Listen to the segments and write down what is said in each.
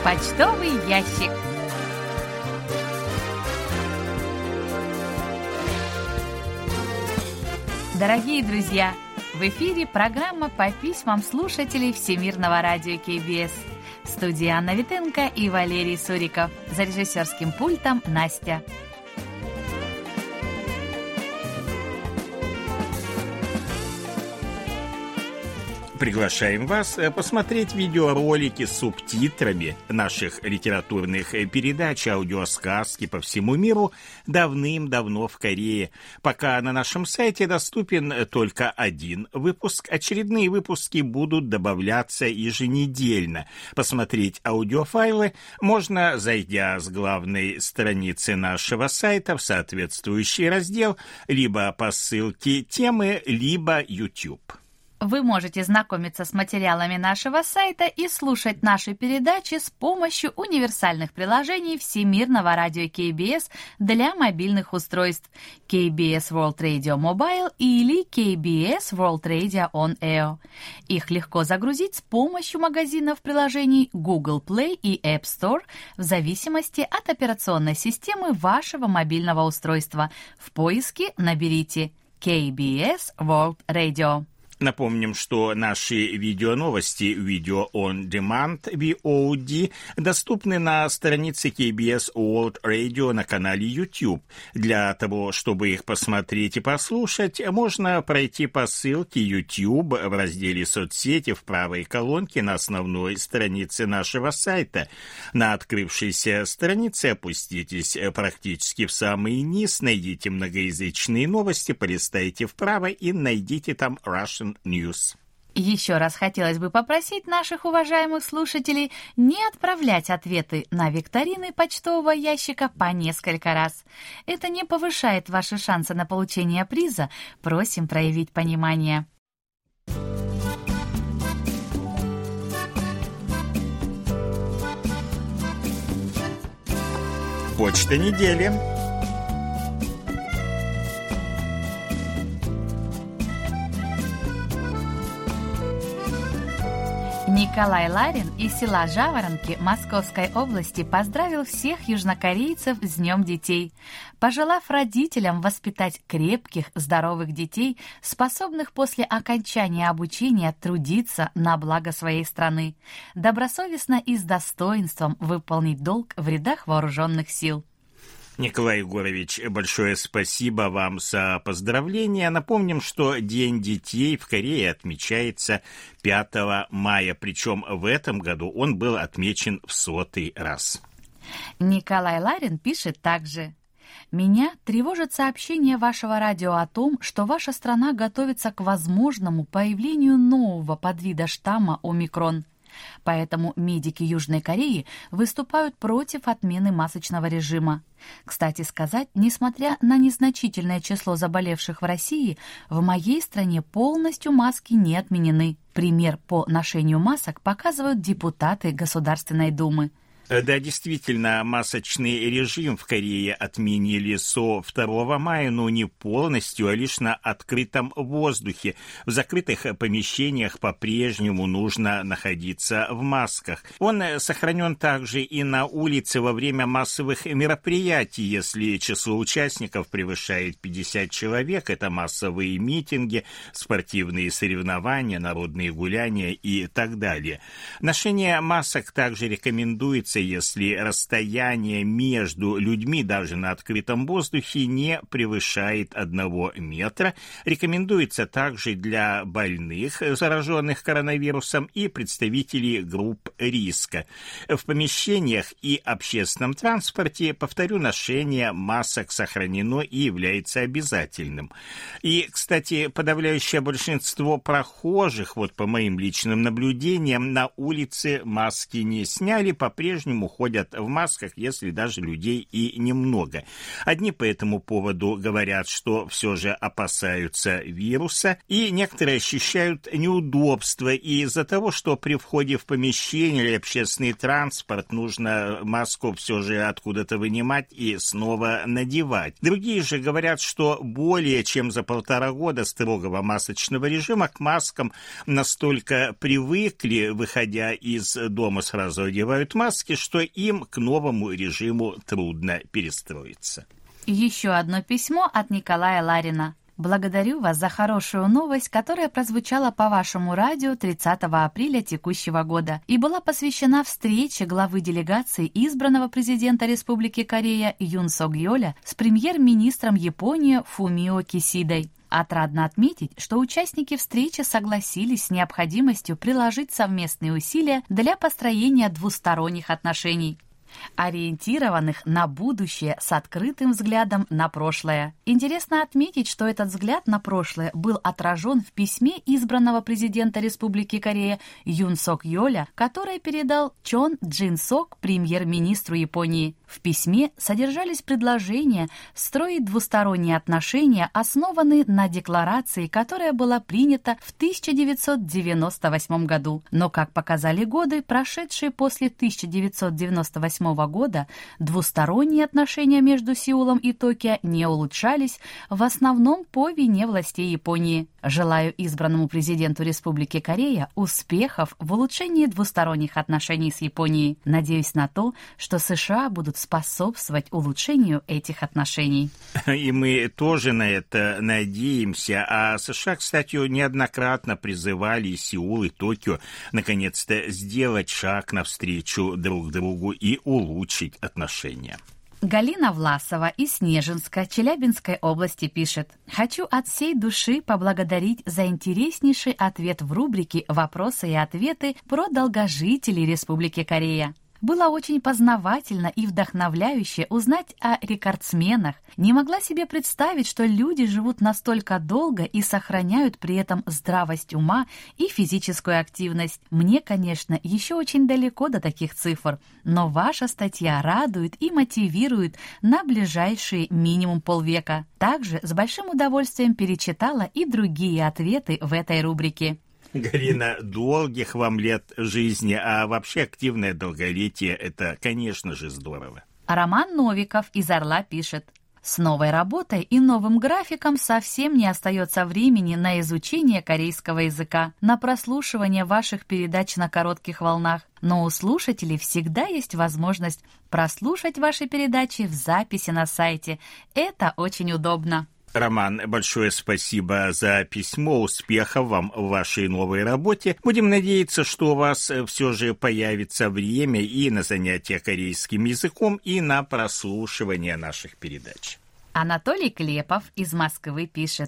Почтовый ящик. Дорогие друзья, в эфире программа по письмам слушателей Всемирного радио КБС. В студии Анна Витенко и Валерий Суриков. За режиссерским пультом Настя. Приглашаем вас посмотреть видеоролики с субтитрами наших литературных передач, аудиосказки по всему миру давным-давно в Корее. Пока на нашем сайте доступен только один выпуск, очередные выпуски будут добавляться еженедельно. Посмотреть аудиофайлы можно, зайдя с главной страницы нашего сайта в соответствующий раздел, либо по ссылке темы, либо YouTube. Вы можете знакомиться с материалами нашего сайта и слушать наши передачи с помощью универсальных приложений Всемирного радио КБС для мобильных устройств KBS World Radio Mobile или KBS World Radio On Air. Их легко загрузить с помощью магазинов приложений Google Play и App Store в зависимости от операционной системы вашего мобильного устройства. В поиске наберите KBS World Radio. Напомним, что наши видеоновости Video on Demand VOD доступны на странице KBS World Radio на канале YouTube. Для того, чтобы их посмотреть и послушать, можно пройти по ссылке YouTube в разделе «Соцсети» в правой колонке на основной странице нашего сайта. На открывшейся странице опуститесь практически в самый низ, найдите многоязычные новости, полистайте вправо и найдите там Russian News. Еще раз хотелось бы попросить наших уважаемых слушателей не отправлять ответы на викторины почтового ящика по несколько раз. Это не повышает ваши шансы на получение приза. Просим проявить понимание. Почта недели. Николай Ларин из села Жаворонки Московской области поздравил всех южнокорейцев с Днем детей, пожелав родителям воспитать крепких, здоровых детей, способных после окончания обучения трудиться на благо своей страны, добросовестно и с достоинством выполнить долг в рядах вооруженных сил. Николай Егорович, большое спасибо вам за поздравления. Напомним, что День детей в Корее отмечается 5 мая, причем в этом году он был отмечен в 100-й раз. Николай Ларин пишет также. «Меня тревожит сообщение вашего радио о том, что ваша страна готовится к возможному появлению нового подвида штамма омикрон. Поэтому медики Южной Кореи выступают против отмены масочного режима. Кстати сказать, несмотря на незначительное число заболевших в России, в моей стране полностью маски не отменены. Пример по ношению масок показывают депутаты Государственной Думы». Да, действительно, масочный режим в Корее отменили со 2 мая, но не полностью, а лишь на открытом воздухе. В закрытых помещениях по-прежнему нужно находиться в масках. Он сохранен также и на улице во время массовых мероприятий. Если число участников превышает 50 человек, это массовые митинги, спортивные соревнования, народные гуляния и так далее. Ношение масок также рекомендуется, если расстояние между людьми даже на открытом воздухе не превышает 1 метра. Рекомендуется также для больных, зараженных коронавирусом, и представителей групп риска. В помещениях и общественном транспорте, повторю, ношение масок сохранено и является обязательным. И, кстати, подавляющее большинство прохожих, вот по моим личным наблюдениям, на улице маски не сняли, по-прежнему ходят в масках, если даже людей и немного. Одни по этому поводу говорят, что все же опасаются вируса, и некоторые ощущают неудобства из-за того, что при входе в помещение или общественный транспорт нужно маску все же откуда-то вынимать и снова надевать. Другие же говорят, что более чем за 1,5 года строгого масочного режима к маскам настолько привыкли, выходя из дома сразу одевают маски, уверяете, что им к новому режиму трудно перестроиться. Еще одно письмо от Николая Ларина. Благодарю вас за хорошую новость, которая прозвучала по вашему радио 30 апреля текущего года и была посвящена встрече главы делегации избранного президента Республики Корея Юн Сок Йоля с премьер-министром Японии Фумио Кисидой. Отрадно отметить, что участники встречи согласились с необходимостью приложить совместные усилия для построения двусторонних отношений, ориентированных на будущее с открытым взглядом на прошлое. Интересно отметить, что этот взгляд на прошлое был отражен в письме избранного президента Республики Корея Юн Сок Йоля, которое передал Чон Джин Сок премьер-министру Японии. В письме содержались предложения строить двусторонние отношения, основанные на декларации, которая была принята в 1998 году. Но, как показали годы, прошедшие после 1998 года, двусторонние отношения между Сеулом и Токио не улучшались, в основном по вине властей Японии. Желаю избранному президенту Республики Корея успехов в улучшении двусторонних отношений с Японией. Надеюсь на то, что США будут способствовать улучшению этих отношений. И мы тоже на это надеемся. А США, кстати, неоднократно призывали Сеул и Токио наконец-то сделать шаг навстречу друг другу и улучшить отношения. Галина Власова из Снежинска, Челябинской области пишет: «Хочу от всей души поблагодарить за интереснейший ответ в рубрике «Вопросы и ответы» про долгожителей Республики Корея. Было очень познавательно и вдохновляюще узнать о рекордсменах. Не могла себе представить, что люди живут настолько долго и сохраняют при этом здравость ума и физическую активность. Мне, конечно, еще очень далеко до таких цифр, но ваша статья радует и мотивирует на ближайшие минимум полвека. Также с большим удовольствием перечитала и другие ответы в этой рубрике». Галина, долгих вам лет жизни, а вообще активное долголетие – это, конечно же, здорово. Роман Новиков из Орла пишет: «С новой работой и новым графиком совсем не остается времени на изучение корейского языка, на прослушивание ваших передач на коротких волнах. Но у слушателей всегда есть возможность прослушать ваши передачи в записи на сайте. Это очень удобно». Роман, большое спасибо за письмо. Успехов вам в вашей новой работе. Будем надеяться, что у вас все же появится время и на занятия корейским языком, и на прослушивание наших передач. Анатолий Клепов из Москвы пишет: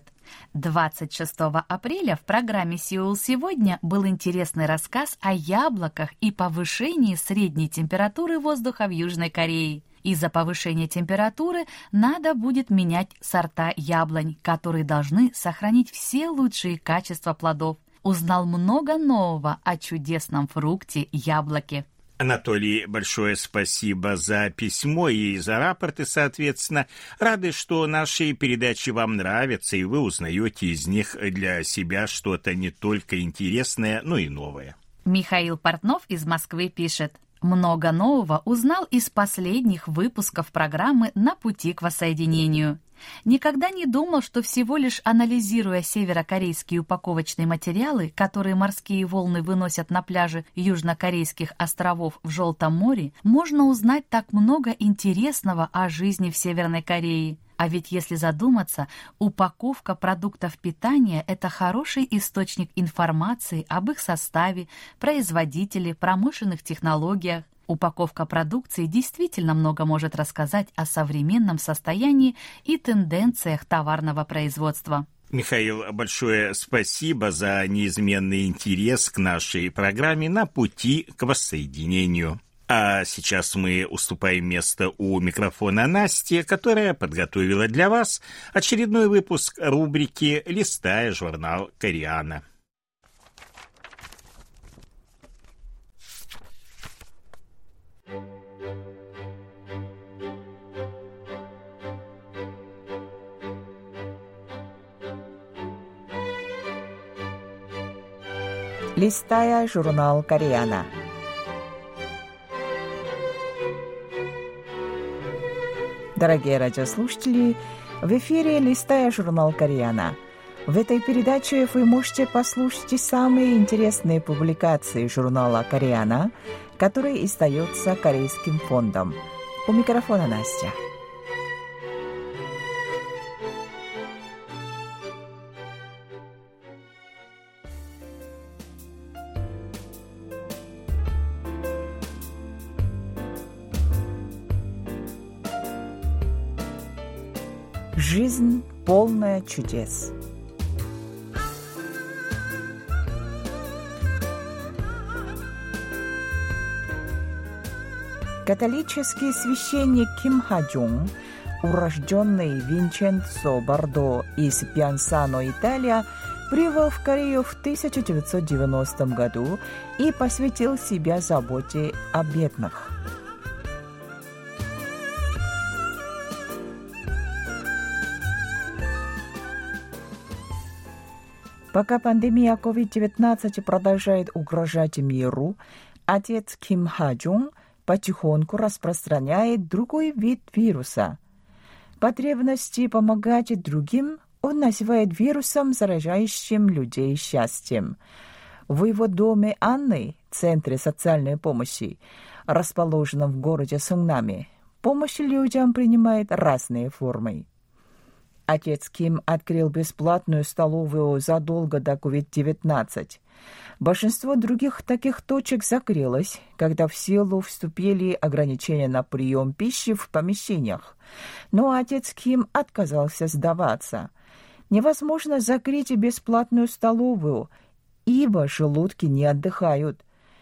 26 апреля в программе «Сеул сегодня» был интересный рассказ о яблоках и повышении средней температуры воздуха в Южной Корее. Из-за повышения температуры надо будет менять сорта яблонь, которые должны сохранить все лучшие качества плодов. Узнал много нового о чудесном фрукте яблоке. Анатолий, большое спасибо за письмо и за рапорты, соответственно. Рады, что наши передачи вам нравятся, и вы узнаете из них для себя что-то не только интересное, но и новое. Михаил Портнов из Москвы пишет: «Много нового узнал из последних выпусков программы «На пути к воссоединению». Никогда не думал, что всего лишь анализируя северокорейские упаковочные материалы, которые морские волны выносят на пляжи южнокорейских островов в Желтом море, можно узнать так много интересного о жизни в Северной Корее. А ведь если задуматься, упаковка продуктов питания – это хороший источник информации об их составе, производителе, промышленных технологиях. Упаковка продукции действительно много может рассказать о современном состоянии и тенденциях товарного производства». Михаил, большое спасибо за неизменный интерес к нашей программе «На пути к воссоединению». А сейчас мы уступаем место у микрофона Насте, которая подготовила для вас очередной выпуск рубрики «Листая журнал Кореана». Листая журнал Кореана. Дорогие радиослушатели, в эфире «Листая журнал Кореана». В этой передаче вы можете послушать самые интересные публикации журнала «Кореяна», который издается Корейским фондом. У микрофона Настя. Жизнь полная чудес. Католический священник Ким Ха-джун, урожденный Винченцо Бардо из Пьянсано, Италия, прибыл в Корею в 1990 году и посвятил себя заботе о бедных. Пока пандемия COVID-19 продолжает угрожать миру, отец Ким Ха-джун потихоньку распространяет другой вид вируса. Потребности помогать другим он называет вирусом, заражающим людей счастьем. В его доме Анны, Центре социальной помощи, расположенном в городе Сунгнаме, помощь людям принимает разные формы. Отец Ким открыл бесплатную столовую задолго до COVID-19. Большинство других таких точек закрылось, когда в силу вступили ограничения на прием пищи в помещениях. Но отец Ким отказался сдаваться. Невозможно закрыть бесплатную столовую, ибо желудки не отдыхают.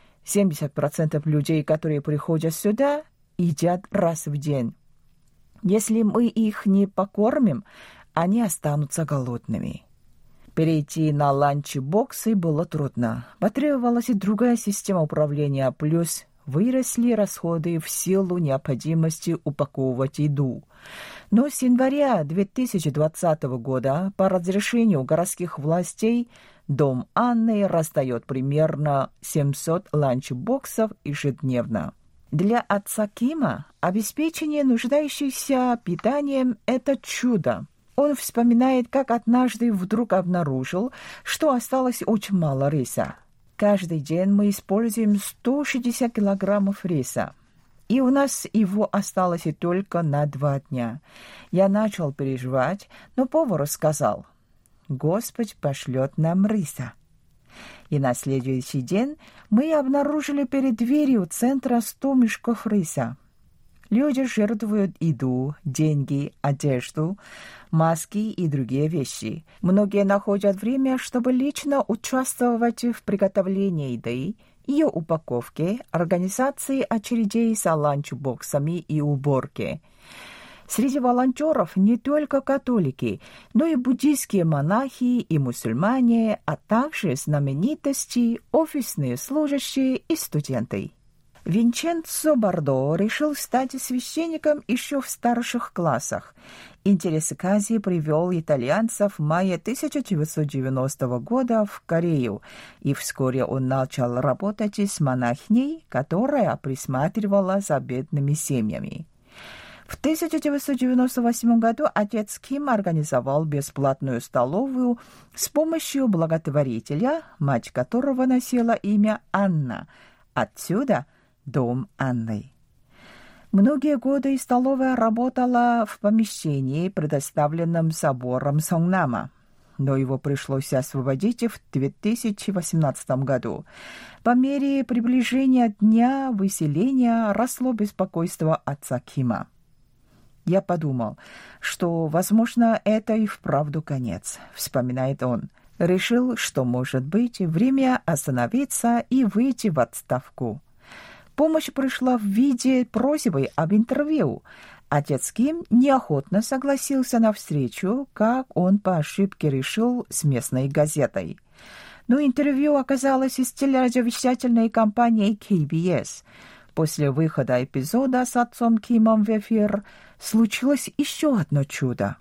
70% людей, которые приходят сюда, едят раз в день. Если мы их не покормим, они останутся голодными. Перейти на ланч-боксы было трудно. Потребовалась и другая система управления, плюс выросли расходы в силу необходимости упаковывать еду. Но с января 2020 года по разрешению городских властей дом Анны раздает примерно 700 ланч-боксов ежедневно. Для отца Кима обеспечение нуждающихся питанием – это чудо. Он вспоминает, как однажды вдруг обнаружил, что осталось очень мало риса. Каждый день мы используем 160 килограммов риса. И у нас его осталось только на 2 дня. Я начал переживать, но повар сказал: «Господь пошлет нам риса». И на следующий день мы обнаружили перед дверью центра 100 мешков риса. Люди жертвуют еду, деньги, одежду, маски и другие вещи. Многие находят время, чтобы лично участвовать в приготовлении еды, ее упаковке, организации очередей за ланчбоксами и уборке. Среди волонтеров не только католики, но и буддийские монахи и мусульмане, а также знаменитости, офисные служащие и студенты. Винченцо Бардо решил стать священником еще в старших классах. Интерес к Азии привел итальянцев в мае 1990 года в Корею, и вскоре он начал работать с монахиней, которая присматривала за бедными семьями. В 1998 году отец Ким организовал бесплатную столовую с помощью благотворителя, мать которого носила имя Анна. Отсюда дом Анны. Многие годы столовая работала в помещении, предоставленном собором Сунгнама, но его пришлось освободить в 2018 году. По мере приближения дня выселения росло беспокойство отца Кима. Я подумал, что, возможно, это и вправду конец, вспоминает он. Решил, что, может быть, время остановиться и выйти в отставку. Помощь пришла в виде просьбы об интервью. Отец Ким неохотно согласился на встречу, как он по ошибке решил, с местной газетой. Но интервью оказалось из телерадиовещательной компании KBS. После выхода эпизода с отцом Кимом в эфир случилось еще одно чудо.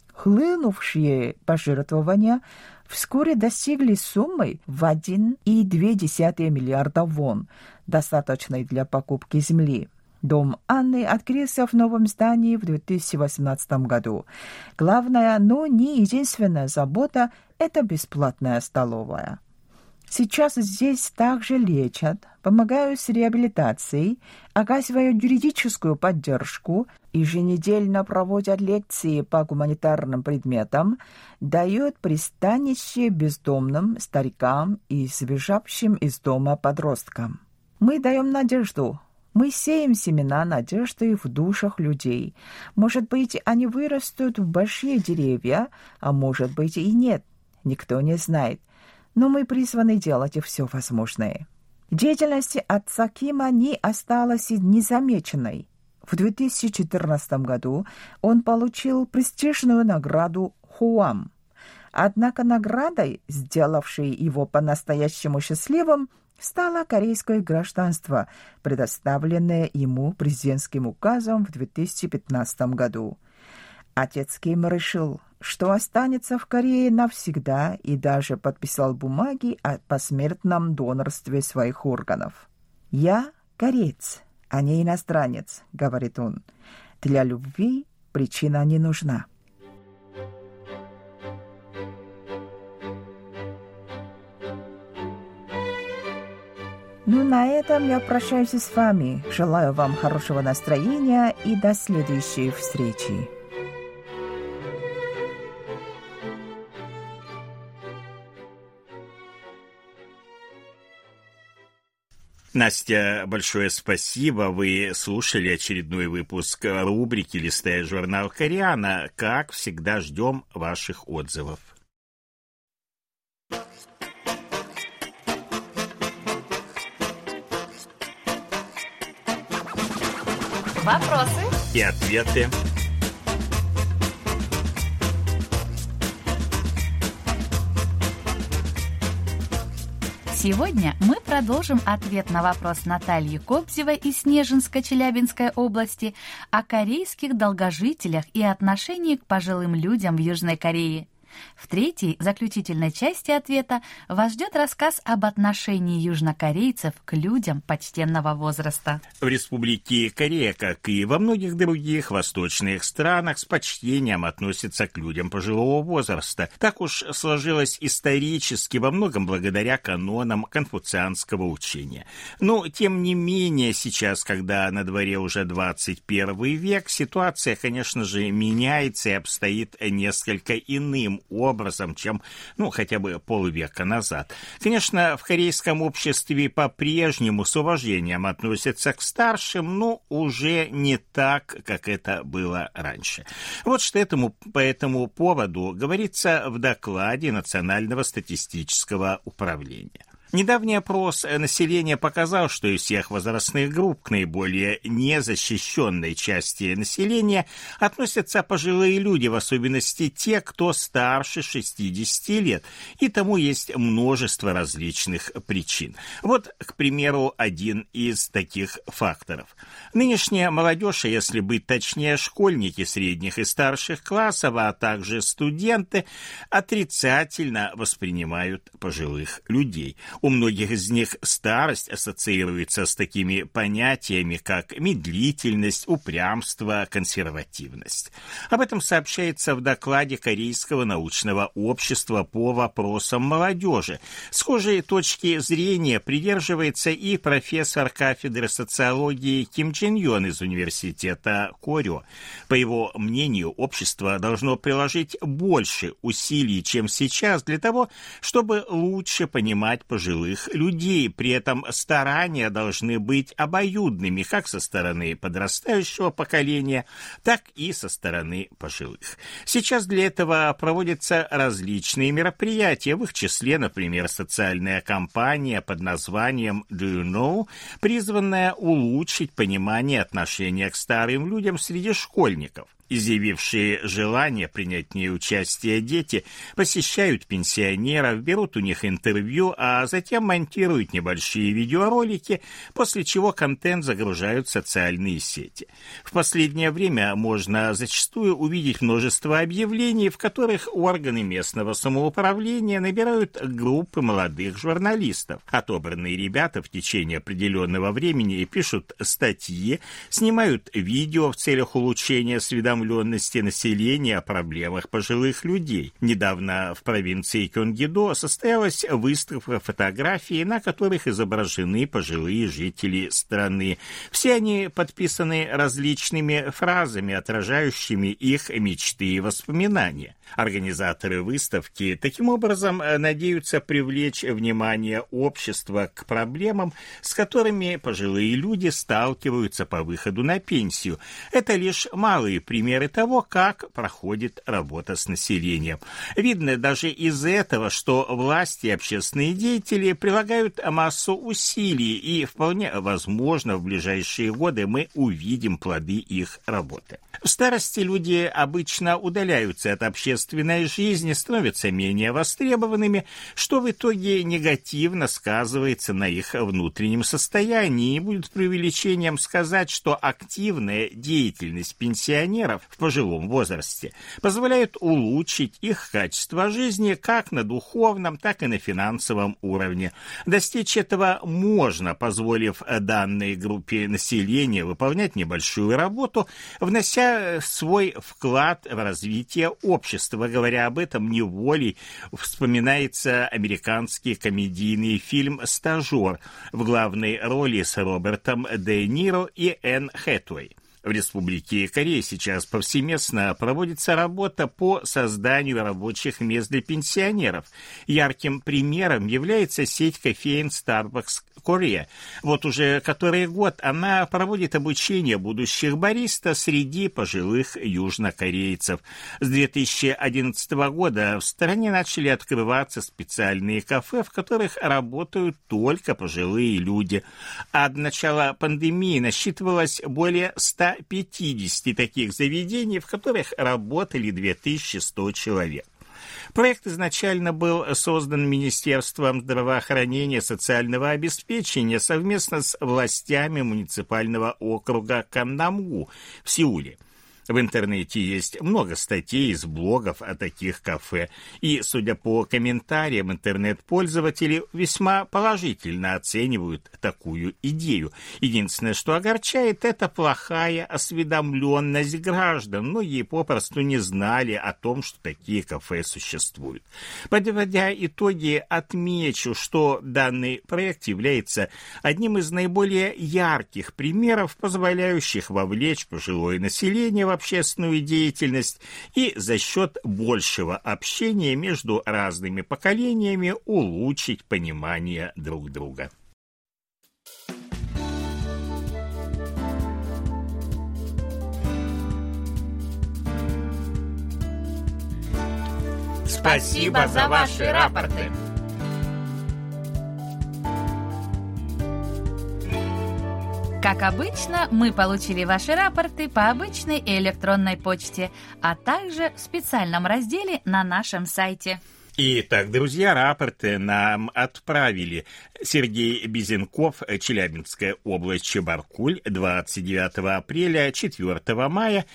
Хлынувшие пожертвования вскоре достигли суммы в 1,2 миллиарда вон, достаточной для покупки земли. Дом Анны открылся в новом здании в 2018 году. Главная, но не единственная забота – это бесплатная столовая. Сейчас здесь также лечат, помогают с реабилитацией, оказывают юридическую поддержку, еженедельно проводят лекции по гуманитарным предметам, дают пристанище бездомным старикам и сбежавшим из дома подросткам. Мы даем надежду. Мы сеем семена надежды в душах людей. Может быть, они вырастут в большие деревья, а может быть и нет. Никто не знает. Но мы призваны делать все возможное. Деятельность отца Кима не осталась незамеченной. В 2014 году он получил престижную награду Хуам. Однако наградой, сделавшей его по-настоящему счастливым, стало корейское гражданство, предоставленное ему президентским указом в 2015 году. Отец Ким решил, что останется в Корее навсегда, и даже подписал бумаги о посмертном донорстве своих органов. «Я кореец, а не иностранец», — говорит он. «Для любви причина не нужна». Ну, на этом я прощаюсь с вами. Желаю вам хорошего настроения и до следующей встречи. Настя, большое спасибо. Вы слушали очередной выпуск рубрики «Листая журнал Кореана». Как всегда, ждем ваших отзывов. Вопросы и ответы. Сегодня мы продолжим ответ на вопрос Натальи Кобзевой из Снежинско-Челябинской области о корейских долгожителях и отношении к пожилым людям в Южной Корее. В третьей, заключительной части ответа вас ждет рассказ об отношении южнокорейцев к людям почтенного возраста. В Республике Корея, как и во многих других восточных странах, с почтением относятся к людям пожилого возраста. Так уж сложилось исторически, во многом благодаря канонам конфуцианского учения. Но, тем не менее, сейчас, когда на дворе уже 21 век, ситуация, конечно же, меняется и обстоит несколько иным образом, чем, хотя бы полвека назад. Конечно, в корейском обществе по-прежнему с уважением относятся к старшим, но уже не так, как это было раньше. Вот что по этому поводу говорится в докладе Национального статистического управления. Недавний опрос населения показал, что из всех возрастных групп к наиболее незащищенной части населения относятся пожилые люди, в особенности те, кто старше 60 лет, и тому есть множество различных причин. Вот, к примеру, один из таких факторов. Нынешняя молодежь, если быть точнее, школьники средних и старших классов, а также студенты, отрицательно воспринимают пожилых людей. У многих из них старость ассоциируется с такими понятиями, как медлительность, упрямство, консервативность. Об этом сообщается в докладе Корейского научного общества по вопросам молодежи. Схожей точки зрения придерживается и профессор кафедры социологии Ким Джин Йон из университета Корё. По его мнению, общество должно приложить больше усилий, чем сейчас, для того, чтобы лучше понимать пожилых людей. При этом старания должны быть обоюдными как со стороны подрастающего поколения, так и со стороны пожилых. Сейчас для этого проводятся различные мероприятия, в их числе, например, социальная кампания под названием «Do you know?», призванная улучшить понимание отношения к старым людям среди школьников. Изъявившие желание принять в ней участие дети посещают пенсионеров, берут у них интервью, а затем монтируют небольшие видеоролики, после чего контент загружают в социальные сети. В последнее время можно зачастую увидеть множество объявлений, в которых органы местного самоуправления набирают группы молодых журналистов. Отобранные ребята в течение определенного времени пишут статьи, снимают видео в целях улучшения осведомленности населения о проблемах пожилых людей. Недавно в провинции Кёнгидо состоялась выставка фотографий, на которых изображены пожилые жители страны. Все они подписаны различными фразами, отражающими их мечты и воспоминания. Организаторы выставки таким образом надеются привлечь внимание общества к проблемам, с которыми пожилые люди сталкиваются по выходу на пенсию. Это лишь малые примеры того, как проходит работа с населением. Видно даже из этого, что власти и общественные деятели прилагают массу усилий, и вполне возможно в ближайшие годы мы увидим плоды их работы. В старости люди обычно удаляются от общественной жизни, становятся менее востребованными, что в итоге негативно сказывается на их внутреннем состоянии, и будет преувеличением сказать, что активная деятельность пенсионеров в пожилом возрасте позволяет улучшить их качество жизни как на духовном, так и на финансовом уровне. Достичь этого можно, позволив данной группе населения выполнять небольшую работу, внося свой вклад в развитие общества. Говоря об этом, неволей вспоминается американский комедийный фильм «Стажер» в главной роли с Робертом Де Ниро и Энн Хэтэуэй. В Республике Корея сейчас повсеместно проводится работа по созданию рабочих мест для пенсионеров. Ярким примером является сеть кофеен Starbucks Korea. Вот уже который год она проводит обучение будущих бариста среди пожилых южнокорейцев. С 2011 года в стране начали открываться специальные кафе, в которых работают только пожилые люди. А до начала пандемии насчитывалось более 150 таких заведений, в которых работали 2100 человек. Проект изначально был создан Министерством здравоохранения и социального обеспечения совместно с властями муниципального округа Каннамгу в Сеуле. В интернете есть много статей из блогов о таких кафе, и, судя по комментариям, интернет-пользователи весьма положительно оценивают такую идею. Единственное, что огорчает, это плохая осведомленность граждан. Многие попросту не знали о том, что такие кафе существуют. Подводя итоги, отмечу, что данный проект является одним из наиболее ярких примеров, позволяющих вовлечь пожилое население в общественную деятельность и за счет большего общения между разными поколениями улучшить понимание друг друга. Спасибо за ваши рапорты. Как обычно, мы получили ваши рапорты по обычной электронной почте, а также в специальном разделе на нашем сайте. Итак, друзья, рапорты нам отправили Сергей Безенков, Челябинская область, Чебаркуль, 29 апреля, 4 мая,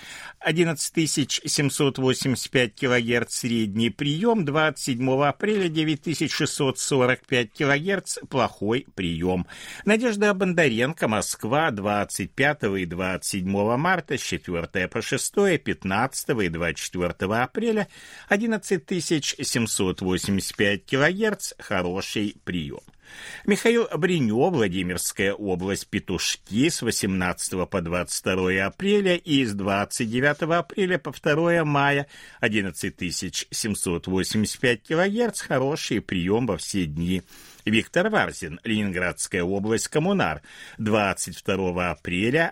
11785 кГц средний прием, 27 апреля, 9645 кГц плохой прием. Надежда Бондаренко, Москва, 25 и 27 марта, с 4 по 6, 15 и 24 апреля, 11785 кГц, хороший прием. Михаил Бринев, Владимирская область, Петушки, с 18 по 22 апреля и с 29 апреля по 2 мая, 11785 кГц, хороший прием во все дни. Виктор Варзин, Ленинградская область, Коммунар, 22 апреля,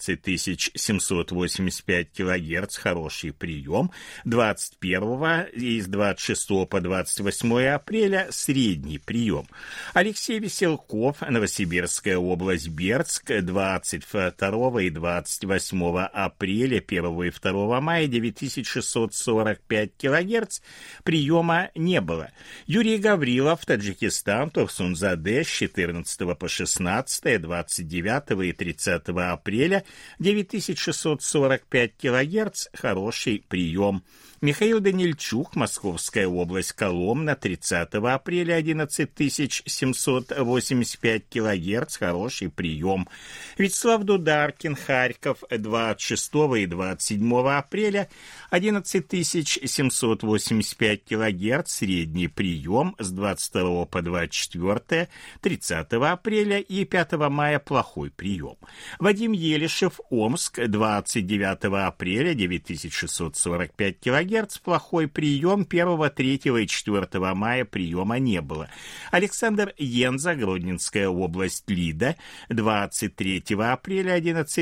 11785 кГц, хороший прием, 21 и с 26 по 28 апреля, средний прием. Алексей Алексей Веселков, Новосибирская область, Бердск, 22 и 28 апреля, 1 и 2 мая, 9645 кГц, приема не было. Юрий Гаврилов, Таджикистан, Турсунзаде, с 14 по 16, 29 и 30 апреля, 9645 кГц, хороший прием. Михаил Данильчук, Московская область, Коломна, 30 апреля, 11785 кГц, хороший прием. Вячеслав Дударкин, Харьков, 26 и 27 апреля, 11785 кГц, средний прием, с 22 по 24, 30 апреля и 5 мая плохой прием. Вадим Елишев, Омск, 29 апреля, 9645 кГц, плохой прием, 1, 3 и 4 мая приема не было. Александр Енза, Гродненская область, Лида, 23 апреля,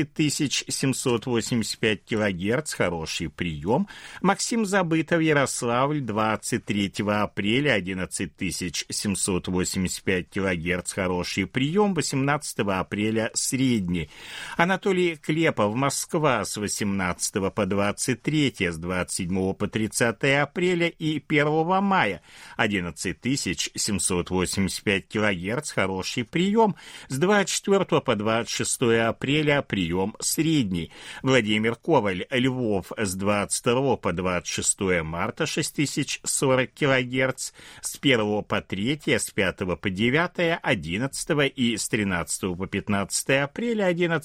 11785 кГц, хороший прием. Максим Забытов, Ярославль, 23 апреля, 11785 кГц, хороший прием, 18 апреля средний. Анатолий Клепов, Москва, с 18 по 23, с 27 по 30 апреля и 1 мая, 11785 кГц, хороший прием, с 24 по 26 апреля прием средний. Владимир Коваль, Львов, с 22 по 26 марта, 6040 кГц, с 1 по 3, с 5 по 9, 11 и с 13 по 15 апреля,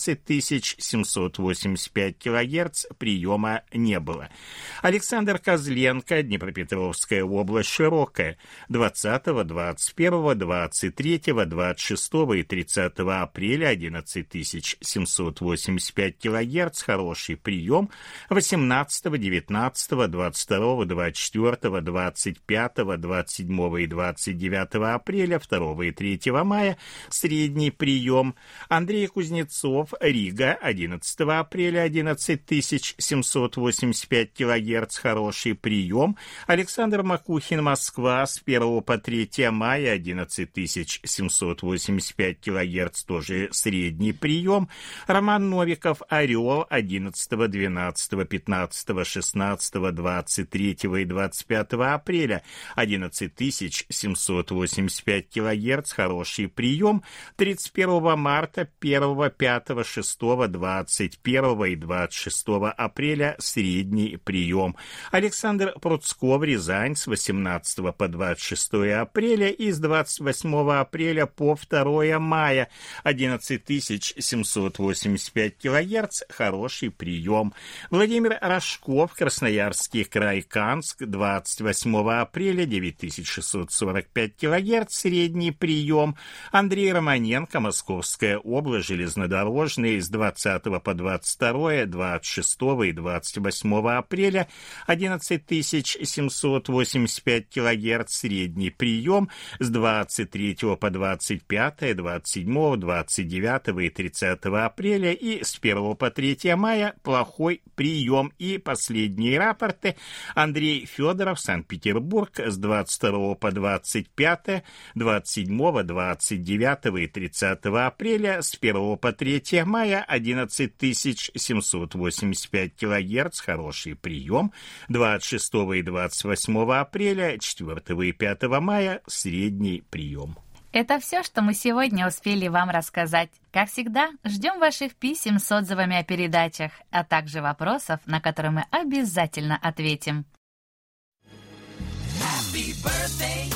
11785 кГц, приема не было. Александр Козленко, Днепропетровская область, Широкая, 20, 21, 23, 26 и 30 апреля, 11785 кГц, хороший прием, 18, 19, 22, 24, 25, 27 и 29 апреля, 2 и 3 мая, средний прием. Андрей Кузнецов, Рига, 11 апреля, 11785 кГц, хороший прием. Александр Макухин, Москва, с 1 по 3 мая, 11785 кГц, тоже средний прием. Роман Новиков, Орел, 11, 12, 15, 16, 23 и 25 апреля, 11785 кГц, хороший прием. 31 марта, 1, 5, 6, 21 и 26 апреля, средний прием. Александр Пруцков, Рязань, с 18 по 26 апреля и с 28 апреля по 2 мая, 11785 кГц, хороший прием. Владимир Рожков, Красноярский край, Канск, 28 апреля, 9645 кГц, средний прием. Андрей Романенко, Московская область, железнодорожный, с 20 по 22, 26 и 28 апреля, 11785 кГц, средний прием, с 23 по 25, 27, 29 и 30 апреля и с 1 по 3 мая плохой прием. И последние рапорты. Андрей Федоров, Санкт-Петербург, с 22 по 25, 27, 29 и 30 апреля, с 1 по 3 мая, 11785 кГц, хороший прием. 26 и 28 апреля, 4 и 5 мая, средний прием. Это все, что мы сегодня успели вам рассказать. Как всегда, ждем ваших писем с отзывами о передачах, а также вопросов, на которые мы обязательно ответим. Happy birthday.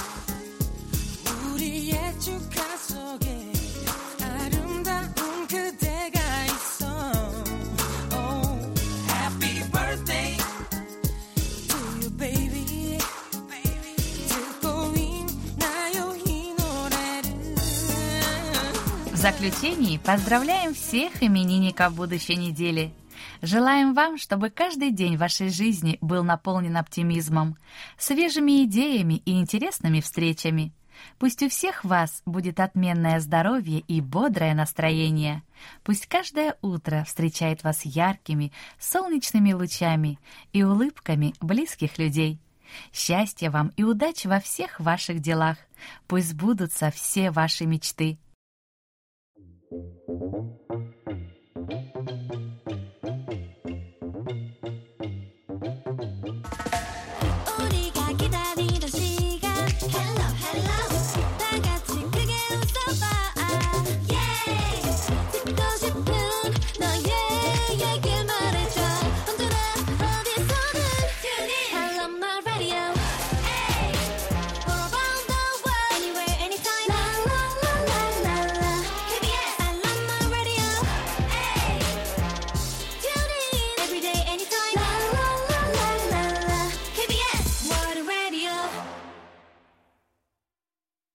В заключении поздравляем всех именинников будущей недели. Желаем вам, чтобы каждый день вашей жизни был наполнен оптимизмом, свежими идеями и интересными встречами. Пусть у всех вас будет отменное здоровье и бодрое настроение. Пусть каждое утро встречает вас яркими, солнечными лучами и улыбками близких людей. Счастья вам и удачи во всех ваших делах. Пусть сбудутся все ваши мечты. Thank you.